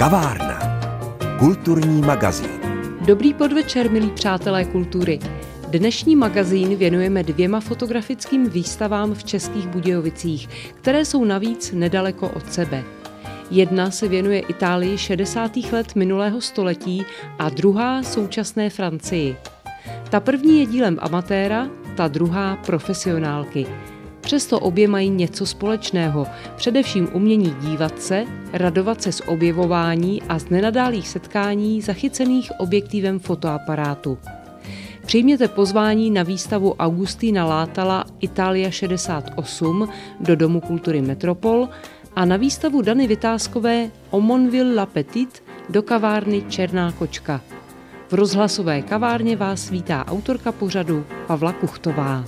Kavárna. Kulturní magazín. Dobrý podvečer, milí přátelé kultury. Dnešní magazín věnujeme 2 fotografickým výstavám v Českých Budějovicích, které jsou navíc nedaleko od sebe. Jedna se věnuje Itálii 60. let minulého století a druhá současné Francii. Ta první je dílem amatéra, ta druhá profesionálky. Přesto obě mají něco společného, především umění dívat se, radovat se z objevování a z nenadálých setkání zachycených objektivem fotoaparátu. Přijměte pozvání na výstavu Augustina Látala Itálie 68 do Domu kultury Metropol a na výstavu Dany Vytázkové Omonville La Petite do kavárny Černá kočka. V rozhlasové kavárně vás vítá autorka pořadu Pavla Kuchtová.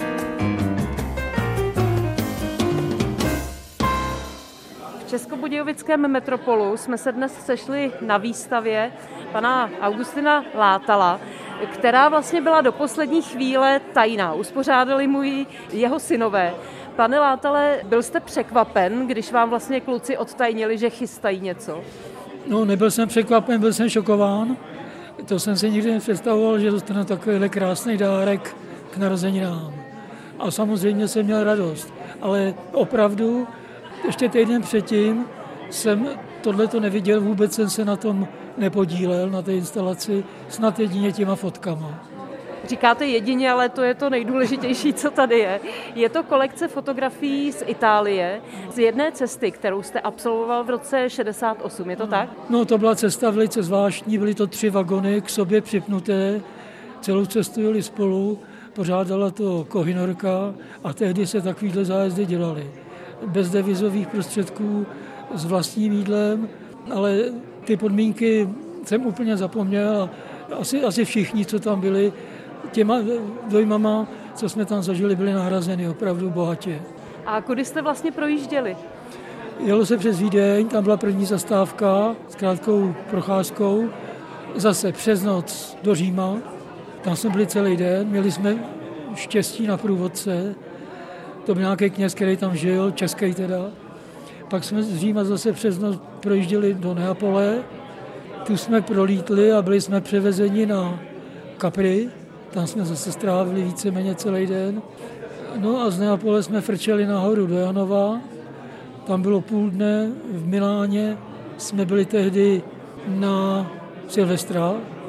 V Českobudějovickém Metropolu jsme se dnes sešli na výstavě pana Augustina Látala, která vlastně byla do poslední chvíle tajná. Uspořádali mu ji jeho synové. Pane Látale, byl jste překvapen, když vám vlastně kluci odtajnili, že chystají něco? No, nebyl jsem překvapen, byl jsem šokován. To jsem si nikdy nepředstavoval, že dostanu takovýhle krásný dárek k narozeninám. A samozřejmě jsem měl radost. Ale opravdu, ještě týden předtím jsem tohleto neviděl, vůbec jsem se na tom nepodílel, na té instalaci, snad jedině těma fotkama. Říkáte jedině, ale to je to nejdůležitější, co tady je. Je to kolekce fotografií z Itálie, z jedné cesty, kterou jste absolvoval v roce 68, je to tak? No, to byla cesta velice zvláštní, byly to 3 vagony k sobě připnuté, celou cestu jeli spolu, pořádala to Kohinorka a tehdy se takovýhle zájezdy dělaly. Bez devizových prostředků, s vlastním jídlem, ale ty podmínky jsem úplně zapomněl a asi všichni, co tam byli, těma dojmama, co jsme tam zažili, byly nahrazeny opravdu bohatě. A kudy jste vlastně projížděli? Jelo se přes Vídeň, tam byla první zastávka s krátkou procházkou, zase přes noc do Říma, tam jsme byli celý den, měli jsme štěstí na průvodce, to byl nějaký kněz, který tam žil, český teda. Pak jsme z Říma zase přes noc projížděli do Neapole, tu jsme prolítli a byli jsme převezeni na Capri, tam jsme zase strávili víceméně celý den. No a z Neapole jsme frčeli nahoru do Janova, tam bylo půl dne, v Miláně jsme byli tehdy na Silvestra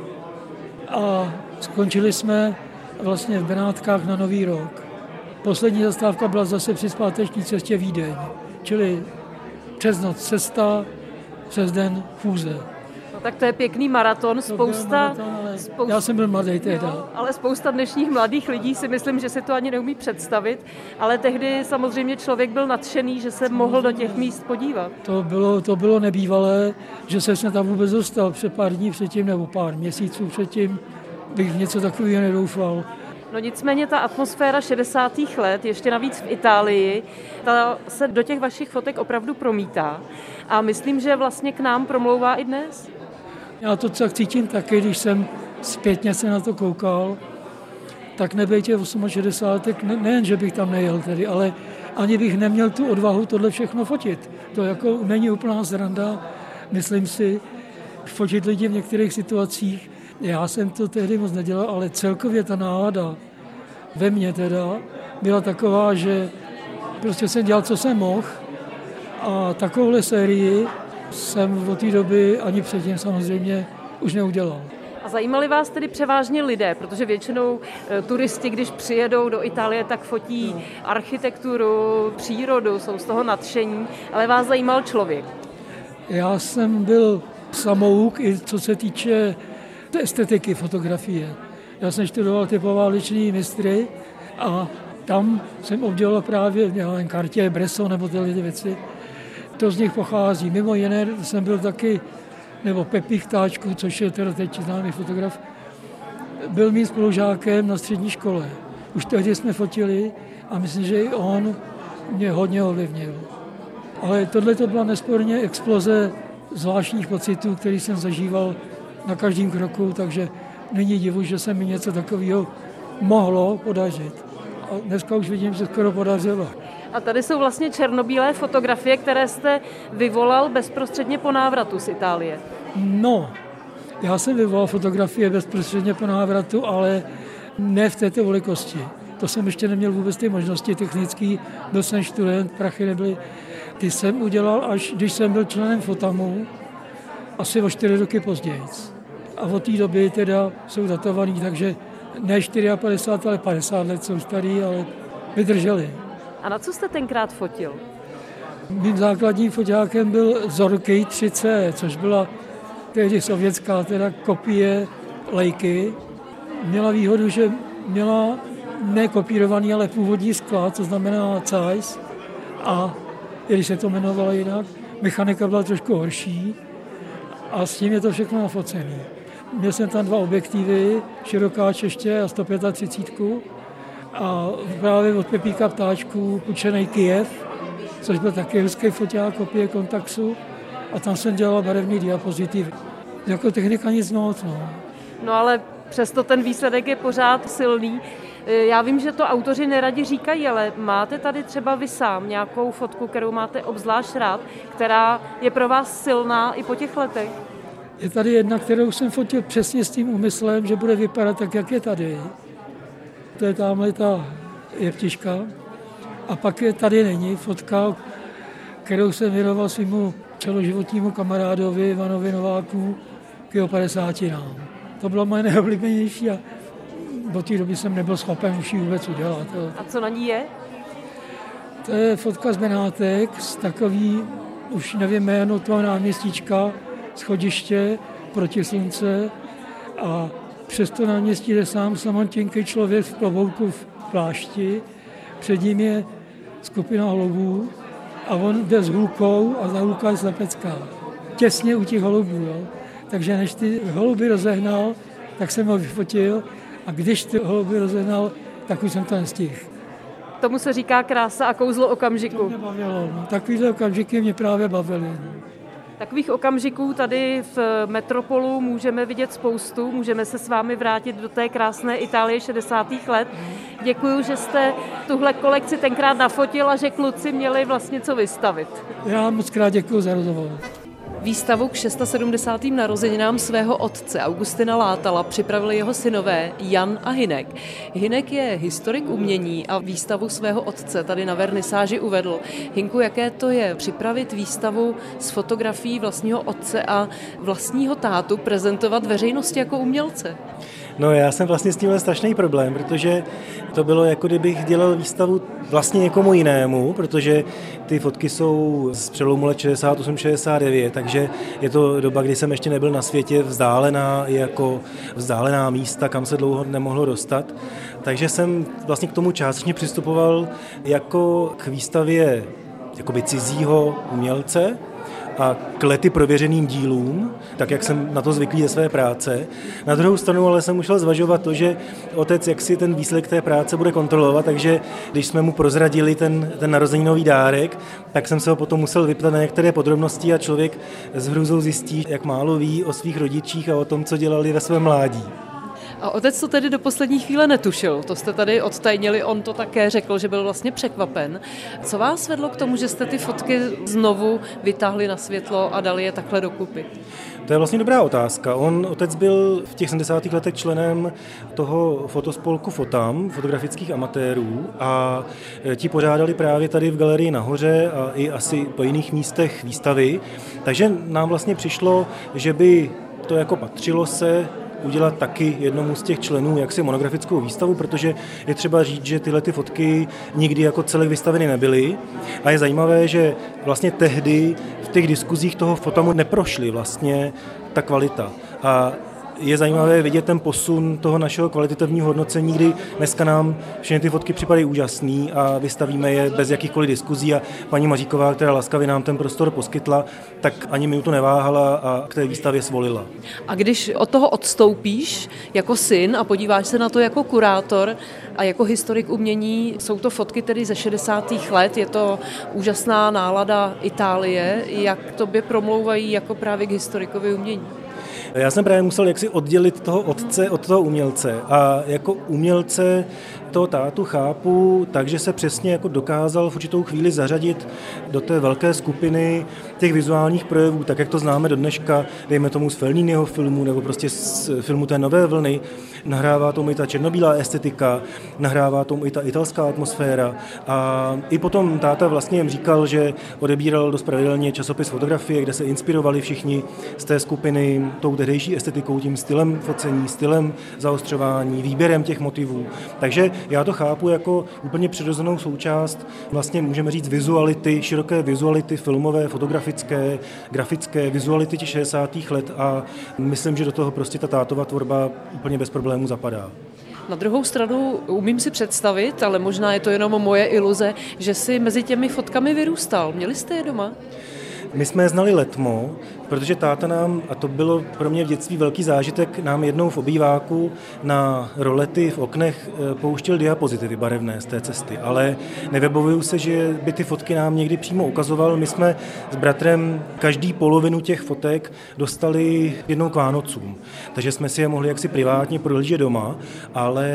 a skončili jsme vlastně v Benátkách na Nový rok. Poslední zastávka byla zase při zpáteční cestě Vídeň, čili přes noc cesta, přes den chůze. No, tak to je pěkný maraton, spousta... Já jsem byl mladý tehdy. Ale spousta dnešních mladých lidí si myslím, že si to ani neumí představit, ale tehdy samozřejmě člověk byl nadšený, že se mohl do těch míst podívat. To bylo nebývalé, že jsem tam vůbec dostal před pár dní předtím nebo pár měsíců předtím, bych něco takového nedoufal. No nicméně ta atmosféra 60. let, ještě navíc v Itálii, ta se do těch vašich fotek opravdu promítá a myslím, že vlastně k nám promlouvá i dnes. Já to tak cítím taky, když jsem zpětně se na to koukal, tak nebejtě 68, nejen, že bych tam nejel tedy, ale ani bych neměl tu odvahu tohle všechno fotit. To jako není úplná sranda, myslím si, fotit lidi v některých situacích. Já jsem to tehdy moc nedělal, ale celkově ta nálada ve mně teda byla taková, že prostě jsem dělal, co jsem mohl a takovouhle sérii jsem od té doby ani předtím samozřejmě už neudělal. A zajímali vás tedy převážně lidé, protože většinou turisti, když přijedou do Itálie, tak fotí architekturu, přírodu, jsou z toho nadšení, ale vás zajímal člověk. Já jsem byl samouk i co se týče estetiky fotografie. Já jsem studoval ty pováleční mistry a tam jsem obdělal právě Cartier, Bresson nebo tyhle věci. To z nich pochází. Mimo jiné jsem byl taky, nebo Pepík Chtáčků, což je teda teď známý fotograf, byl mým spolužákem na střední škole. Už tehdy jsme fotili a myslím, že i on mě hodně ovlivnil. Ale tohle to byla nesporně exploze zvláštních pocitů, který jsem zažíval na každém kroku, takže není divu, že se mi něco takového mohlo podařit. A dneska už vidím, že se skoro podařilo. A tady jsou vlastně černobílé fotografie, které jste vyvolal bezprostředně po návratu z Itálie. No, já jsem vyvolal fotografie bezprostředně po návratu, ale ne v této velikosti. To jsem ještě neměl vůbec ty možnosti technické, byl jsem student, prachy nebyly. Ty jsem udělal, až když jsem byl členem Fotamu, asi o 4 roky později. A od té doby teda jsou datovaný, takže ne 54, ale 50 let jsou starý, ale vydrželi. A na co jste tenkrát fotil? Mým základním foťákem byl Zorkej 3C, což byla tehdy sovětská teda kopie Leiky. Měla výhodu, že měla nekopírovaný, ale původní sklad, to znamená Zeiss. A i když se to jmenovalo jinak, mechanika byla trošku horší a s tím je to všechno nafocené. Měl jsem tam 2 objektivy, široká čeště a 135 a právě od Pepíka Ptáčků půjčený Kyjev, což byl taky ruský foťák, kopie Kontaxu a tam jsem dělal barevný diapozitivy. Jako technika nic moc, no. No ale přesto ten výsledek je pořád silný. Já vím, že to autoři neradi říkají, ale máte tady třeba vy sám nějakou fotku, kterou máte obzvlášť rád, která je pro vás silná i po těch letech? Je tady jedna, kterou jsem fotil přesně s tím úmyslem, že bude vypadat tak, jak je tady. To je tamhle ta jeptiška. A pak je tady není fotka, kterou jsem věnoval svému celoživotnímu kamarádovi Ivanovi Nováku k jeho 50. To bylo moje nejoblíbenější a do té doby jsem nebyl schopen už ji vůbec udělat. A co na ní je? To je fotka z Benátek, z takový, už nevím jméno toho náměstíčka, schodiště proti slunce a přes to náměstí jde sám samotěnký člověk v klobouku v plášti. Před ním je skupina holubů a on jde s hůlkou a za hůlka je slepecká. Těsně u těch holubů. Jo. Takže než ty holuby rozehnal, tak jsem ho vyfotil a když ty holuby rozehnal, tak už jsem to nestihl. Tomu se říká krása a kouzlo okamžiku. To mě bavilo. No. Takovýhle okamžiky mě právě bavily. No. Takových okamžiků tady v Metropolu můžeme vidět spoustu. Můžeme se s vámi vrátit do té krásné Itálie 60. let. Děkuju, že jste tuhle kolekci tenkrát nafotil a že kluci měli vlastně co vystavit. Já moc krát děkuju za rozhovor. Výstavu k 670. narozeninám svého otce Augustina Látala připravili jeho synové Jan a Hynek. Hynek je historik umění a výstavu svého otce tady na vernisáži uvedl. Hynku, jaké to je připravit výstavu s fotografií vlastního otce a vlastního tátu prezentovat veřejnosti jako umělce? No já jsem vlastně s tímhle strašný problém, protože to bylo jako kdybych dělal výstavu vlastně někomu jinému, protože ty fotky jsou z přelomu let 68-69, takže je to doba, kdy jsem ještě nebyl na světě, vzdálená místa, kam se dlouho nemohlo dostat. Takže jsem vlastně k tomu částečně přistupoval jako k výstavě jakoby cizího umělce, a k lety prověřeným dílům, tak jak jsem na to zvyklý ze své práce. Na druhou stranu ale jsem musel zvažovat to, že otec jak si ten výsledek té práce bude kontrolovat, takže když jsme mu prozradili ten narozeninový dárek, tak jsem se ho potom musel vyptat na některé podrobnosti a člověk s hrůzou zjistí, jak málo ví o svých rodičích a o tom, co dělali ve svém mládí. A otec to tedy do poslední chvíle netušil, to jste tady odtajnili, on to také řekl, že byl vlastně překvapen. Co vás vedlo k tomu, že jste ty fotky znovu vytáhli na světlo a dali je takhle dokupy? To je vlastně dobrá otázka. Otec byl v těch 70. letech členem toho fotospolku Fotam, fotografických amatérů, a ti pořádali právě tady v galerii nahoře a i asi po jiných místech výstavy. Takže nám vlastně přišlo, že by to jako patřilo se udělat taky jednomu z těch členů jaksi monografickou výstavu, protože je třeba říct, že tyhle ty fotky nikdy jako celek vystaveny nebyly a je zajímavé, že vlastně tehdy v těch diskuzích toho Fotamu neprošly vlastně ta kvalita. A je zajímavé vidět ten posun toho našeho kvalitativního hodnocení, kdy dneska nám všechny ty fotky připadají úžasný a vystavíme je bez jakýchkoliv diskuzí a paní Maříková, která laskavě nám ten prostor poskytla, tak ani minutu neváhala a k té výstavě svolila. A když od toho odstoupíš jako syn a podíváš se na to jako kurátor a jako historik umění, jsou to fotky tedy ze 60. let, je to úžasná nálada Itálie, jak tobě promlouvají jako právě k historikovi umění? Já jsem právě musel jaksi oddělit toho otce od toho umělce a jako umělce toho tátu chápu, takže se přesně jako dokázal v určitou chvíli zařadit do té velké skupiny těch vizuálních projevů, tak jak to známe do dneška, dejme tomu z Felliniho filmu nebo prostě z filmu té nové vlny. Nahrává tomu i ta černobílá estetika, nahrává tomu i ta italská atmosféra. A i potom táta vlastně jim říkal, že odebíral dost pravidelně časopis Fotografie, kde se inspirovali všichni z té skupiny tou tehdejší estetikou, tím stylem focení, stylem zaostřování, výběrem těch motivů. Takže já to chápu jako úplně přirozenou součást, vlastně můžeme říct vizuality, široké vizuality filmové, fotografické, grafické, vizuality těch 60. let a myslím, že do toho prostě ta tátova tvorba úplně bez problémů zapadá. Na druhou stranu umím si představit, ale možná je to jenom moje iluze, že si mezi těmi fotkami vyrůstal. Měli jste je doma? My jsme je znali letmo, protože táta nám, a to bylo pro mě v dětství velký zážitek, nám jednou v obýváku na rolety v oknech pouštěl diapozitivy barevné z té cesty, ale nevybavuju se, že by ty fotky nám někdy přímo ukazoval. My jsme s bratrem každý polovinu těch fotek dostali jednou k Vánocům, takže jsme si je mohli jaksi privátně prohlížet doma, ale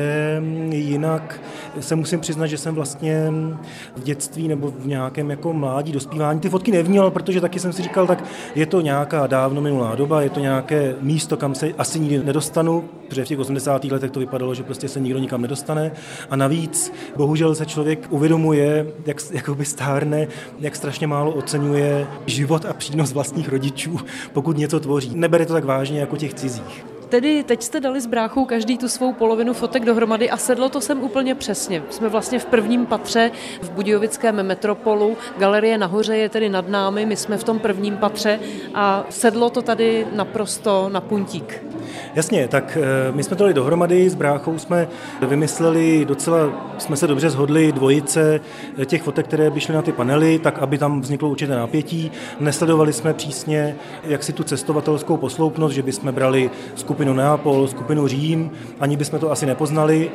jinak se musím přiznat, že jsem vlastně v dětství nebo v nějakém jako mládí, dospívání ty fotky nevnímal, protože taky jsem si říkal, tak je to nějaká dávno minulá doba, je to nějaké místo, kam se asi nikdy nedostanu, protože v těch 80. letech to vypadalo, že prostě se nikdo nikam nedostane a navíc bohužel se člověk uvědomuje, jak jakoby stárne, jak strašně málo oceňuje život a přínos vlastních rodičů, pokud něco tvoří. Nebere to tak vážně jako těch cizích. Tedy teď jste dali s bráchou každý tu svou polovinu fotek dohromady a sedlo to sem úplně přesně. Jsme vlastně v prvním patře v budějovickém metropolu, galerie nahoře je tedy nad námi, my jsme v tom prvním patře a sedlo to tady naprosto na puntík. Jasně, tak my jsme to dali dohromady, s bráchou jsme vymysleli, jsme se dobře shodli dvojice těch fotek, které by šly na ty panely, tak aby tam vzniklo určité napětí. Nesledovali jsme přísně jaksi tu cestovatelskou posloupnost, že bychom brali skupinu Neapol, skupinu Řím, ani bychom to asi nepoznali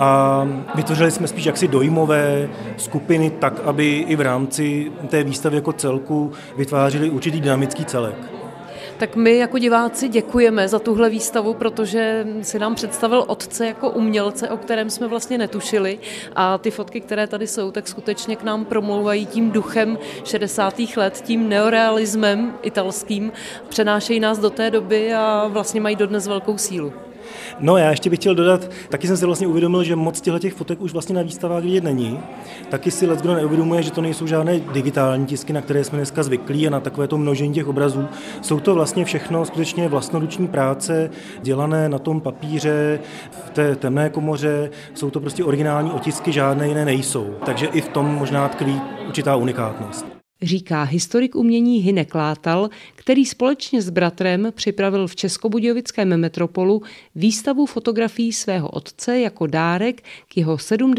a vytvořili jsme spíš jaksi dojmové skupiny tak, aby i v rámci té výstavy jako celku vytvářeli určitý dynamický celek. Tak my jako diváci děkujeme za tuhle výstavu, protože si nám představil otce jako umělce, o kterém jsme vlastně netušili a ty fotky, které tady jsou, tak skutečně k nám promlouvají tím duchem 60. let, tím neorealismem italským, přenášejí nás do té doby a vlastně mají dodnes velkou sílu. No já ještě bych chtěl dodat, taky jsem si vlastně uvědomil, že moc těch fotek už vlastně na výstavách vidět není. Taky si leckdo neuvědomuje, že to nejsou žádné digitální tisky, na které jsme dneska zvyklí a na takové to množení těch obrazů. Jsou to vlastně všechno skutečně vlastnoruční práce, dělané na tom papíře, v té temné komoře, jsou to prostě originální otisky, žádné jiné nejsou. Takže i v tom možná tkví určitá unikátnost. Říká historik umění Hynek Látal, který společně s bratrem připravil v Českobudějovickém metropolu výstavu fotografií svého otce jako dárek k jeho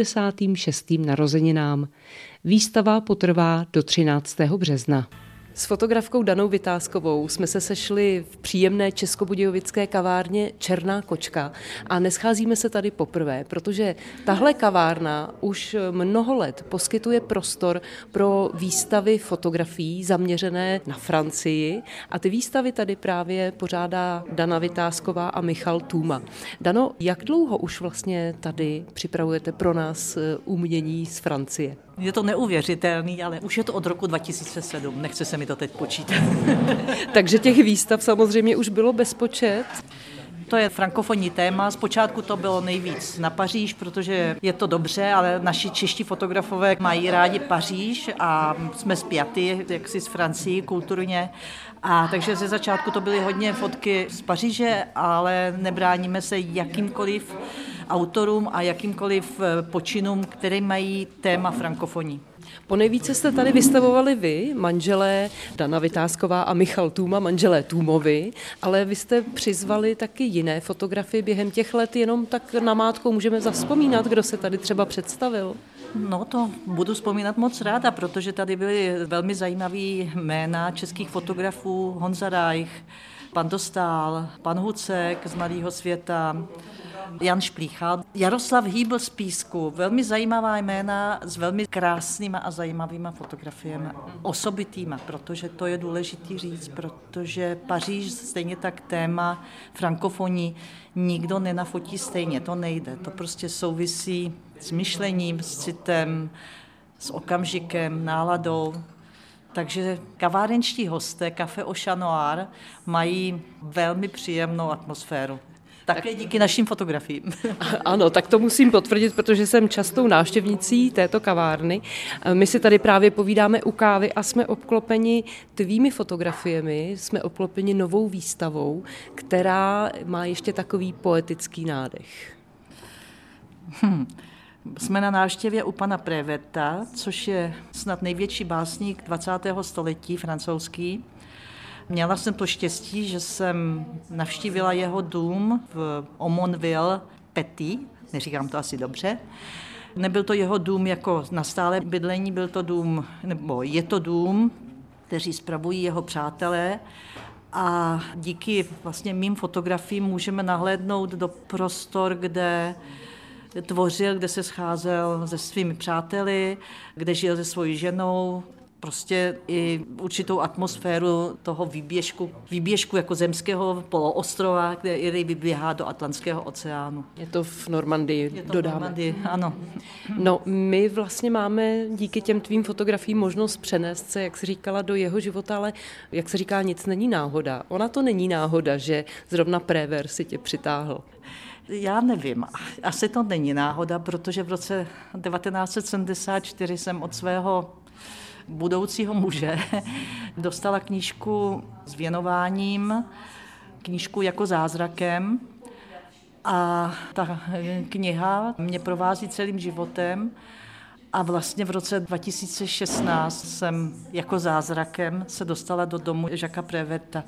76. narozeninám. Výstava potrvá do 13. března. S fotografkou Danou Vytázkovou jsme se sešli v příjemné českobudějovické kavárně Černá kočka a nescházíme se tady poprvé, protože tahle kavárna už mnoho let poskytuje prostor pro výstavy fotografií zaměřené na Francii a ty výstavy tady právě pořádá Dana Vytázková a Michal Tůma. Dano, jak dlouho už vlastně tady připravujete pro nás umění z Francie? Je to neuvěřitelný, ale už je to od roku 2007, nechce se mi to teď počítat. Takže těch výstav samozřejmě už bylo bezpočet. To je frankofonní téma. Zpočátku to bylo nejvíc na Paříž, protože je to dobře, ale naši čeští fotografové mají rádi Paříž a jsme spjatí jaksi s Francií kulturně. A takže ze začátku to byly hodně fotky z Paříže, ale nebráníme se jakýmkoliv autorům a jakýmkoliv počinům, které mají téma frankofoní. Ponejvíce jste tady vystavovali vy, manželé Dana Vytázková a Michal Tůma, manželé Tůmovi, ale vy jste přizvali taky jiné fotografy během těch let, jenom tak namátkou můžeme zavzpomínat, kdo se tady třeba představil. No to budu vzpomínat moc ráda, protože tady byly velmi zajímavý jména českých fotografů, Honza Reich, pan Dostál, pan Hucek z Mladého světa, Jan Šplíchal, Jaroslav Hýbl z Písku, velmi zajímavá jména s velmi krásnýma a zajímavýma fotografiemi, osobitýma, protože to je důležitý říct, protože Paříž stejně tak téma frankofoní nikdo nenafotí stejně, to nejde, to prostě souvisí s myšlením, s citem, s okamžikem, náladou. Takže kavárenští hosté Café au Chat Noir mají velmi příjemnou atmosféru. Také díky našim fotografiím. Ano, tak to musím potvrdit, protože jsem častou návštěvnicí této kavárny. My si tady právě povídáme u kávy a jsme obklopeni tvými fotografiemi, jsme obklopeni novou výstavou, která má ještě takový poetický nádech. Jsme na návštěvě u pana Prévetta, což je snad největší básník 20. století francouzský. Měla jsem to štěstí, že jsem navštívila jeho dům v Omonville Petit, neříkám to asi dobře. Nebyl to jeho dům jako na stále bydlení, byl to dům, nebo je to dům, kteří spravují jeho přátelé. A díky vlastně mým fotografiím můžeme nahlédnout do prostor, kde tvořil, kde se scházel se svými přáteli, kde žil se svojí ženou, prostě i určitou atmosféru toho výběžku jako zemského poloostrova, který vyběhá do Atlantského oceánu. Je to v Normandii, dodáme. Normandii, ano. No, my vlastně máme díky těm tvým fotografiím možnost přenést se, jak jsi říkala, do jeho života, ale jak se říká, nic není náhoda. Ona to není náhoda, že zrovna Prévert si tě přitáhl. Já nevím, asi to není náhoda, protože v roce 1974 jsem od svého budoucího muže dostala knížku s věnováním, knížku jako zázrakem a ta kniha mě provází celým životem a vlastně v roce 2016 jsem jako zázrakem se dostala do domu Jacquesa Préverta.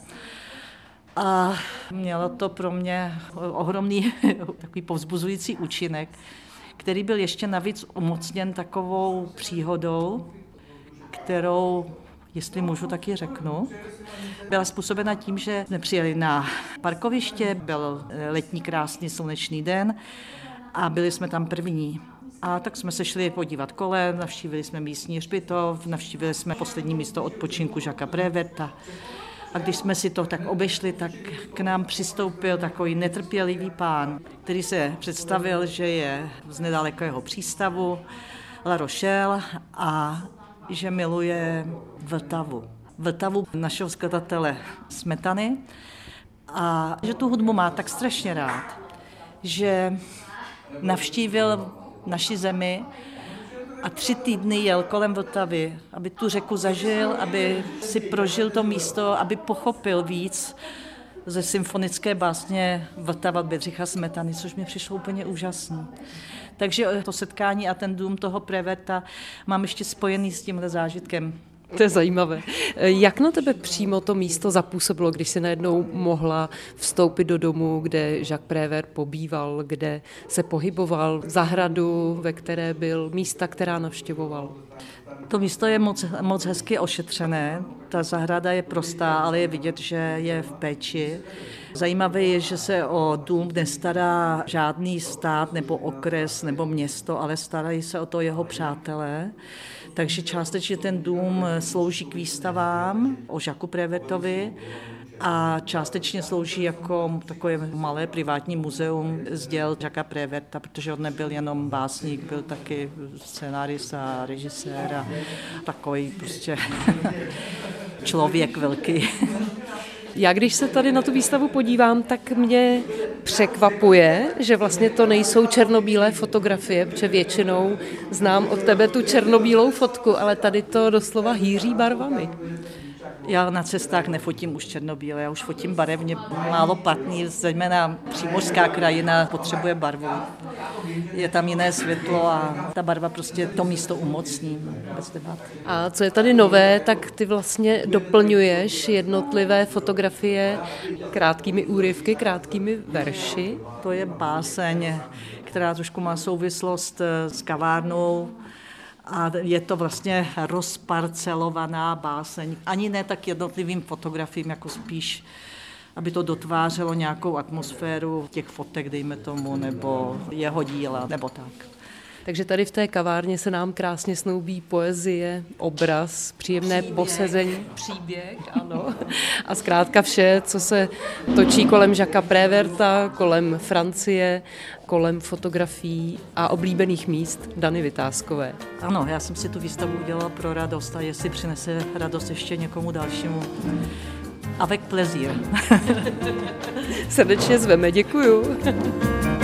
A mělo to pro mě ohromný takový povzbuzující účinek, který byl ještě navíc umocněn takovou příhodou, kterou, jestli můžu, tak ji řeknu. Byla způsobena tím, že jsme přijeli na parkoviště, byl letní krásný slunečný den a byli jsme tam první. A tak jsme se šli podívat kolem, navštívili jsme místní hřbitov, navštívili jsme poslední místo odpočinku Jacquesa Préverta. A když jsme si to tak obešli, tak k nám přistoupil takový netrpělivý pán, který se představil, že je z nedalekého přístavu La Rochelle a že miluje Vltavu našeho skladatele Smetany a že tu hudbu má tak strašně rád, že navštívil naši zemi a 3 týdny jel kolem Vltavy, aby tu řeku zažil, aby si prožil to místo, aby pochopil víc ze symfonické básně Vltava Bedřicha Smetany, což mi přišlo úplně úžasný. Takže to setkání a ten dům toho Préverta mám ještě spojený s tímhle zážitkem. To je zajímavé. Jak na tebe přímo to místo zapůsobilo, když jsi najednou mohla vstoupit do domu, kde Jacques Prévert pobýval, kde se pohyboval, zahradu, ve které byl, místa, která navštěvoval? To místo je moc hezky ošetřené. Ta zahrada je prostá, ale je vidět, že je v péči. Zajímavé je, že se o dům nestará žádný stát nebo okres nebo město, ale starají se o to jeho přátelé. Takže částečně ten dům slouží k výstavám o Jacquesu Prévertovi a částečně slouží jako takové malé privátní muzeum z děl Jacquesa Préverta, protože on nebyl jenom básník, byl taky scénárista, režisér a takový prostě člověk velký. Já když se tady na tu výstavu podívám, tak mě překvapuje, že vlastně to nejsou černobílé fotografie, protože většinou znám od tebe tu černobílou fotku, ale tady to doslova hýří barvami. Já na cestách nefotím už černobíle, já už fotím barevně, málo platný, zejména přímořská krajina potřebuje barvu. Je tam jiné světlo a ta barva prostě to místo umocní, bez debat. A co je tady nové, tak ty vlastně doplňuješ jednotlivé fotografie krátkými úryvky, krátkými verši. To je báseň, která trošku má souvislost s kavárnou, a je to vlastně rozparcelovaná báseň. Ani ne tak jednotlivým fotografiím, jako spíš, aby to dotvářelo nějakou atmosféru těch fotek, dejme tomu, nebo jeho díla, nebo tak. Takže tady v té kavárně se nám krásně snoubí poezie, obraz, příjemné posezení, příběh, ano. A zkrátka vše, co se točí kolem Jacquesa Préverta, kolem Francie, kolem fotografií a oblíbených míst Dany Vytázkové. Ano, já jsem si tu výstavu udělala pro radost a jestli přinese radost ještě někomu dalšímu. Avec plaisir. Srdečně zveme, děkuju.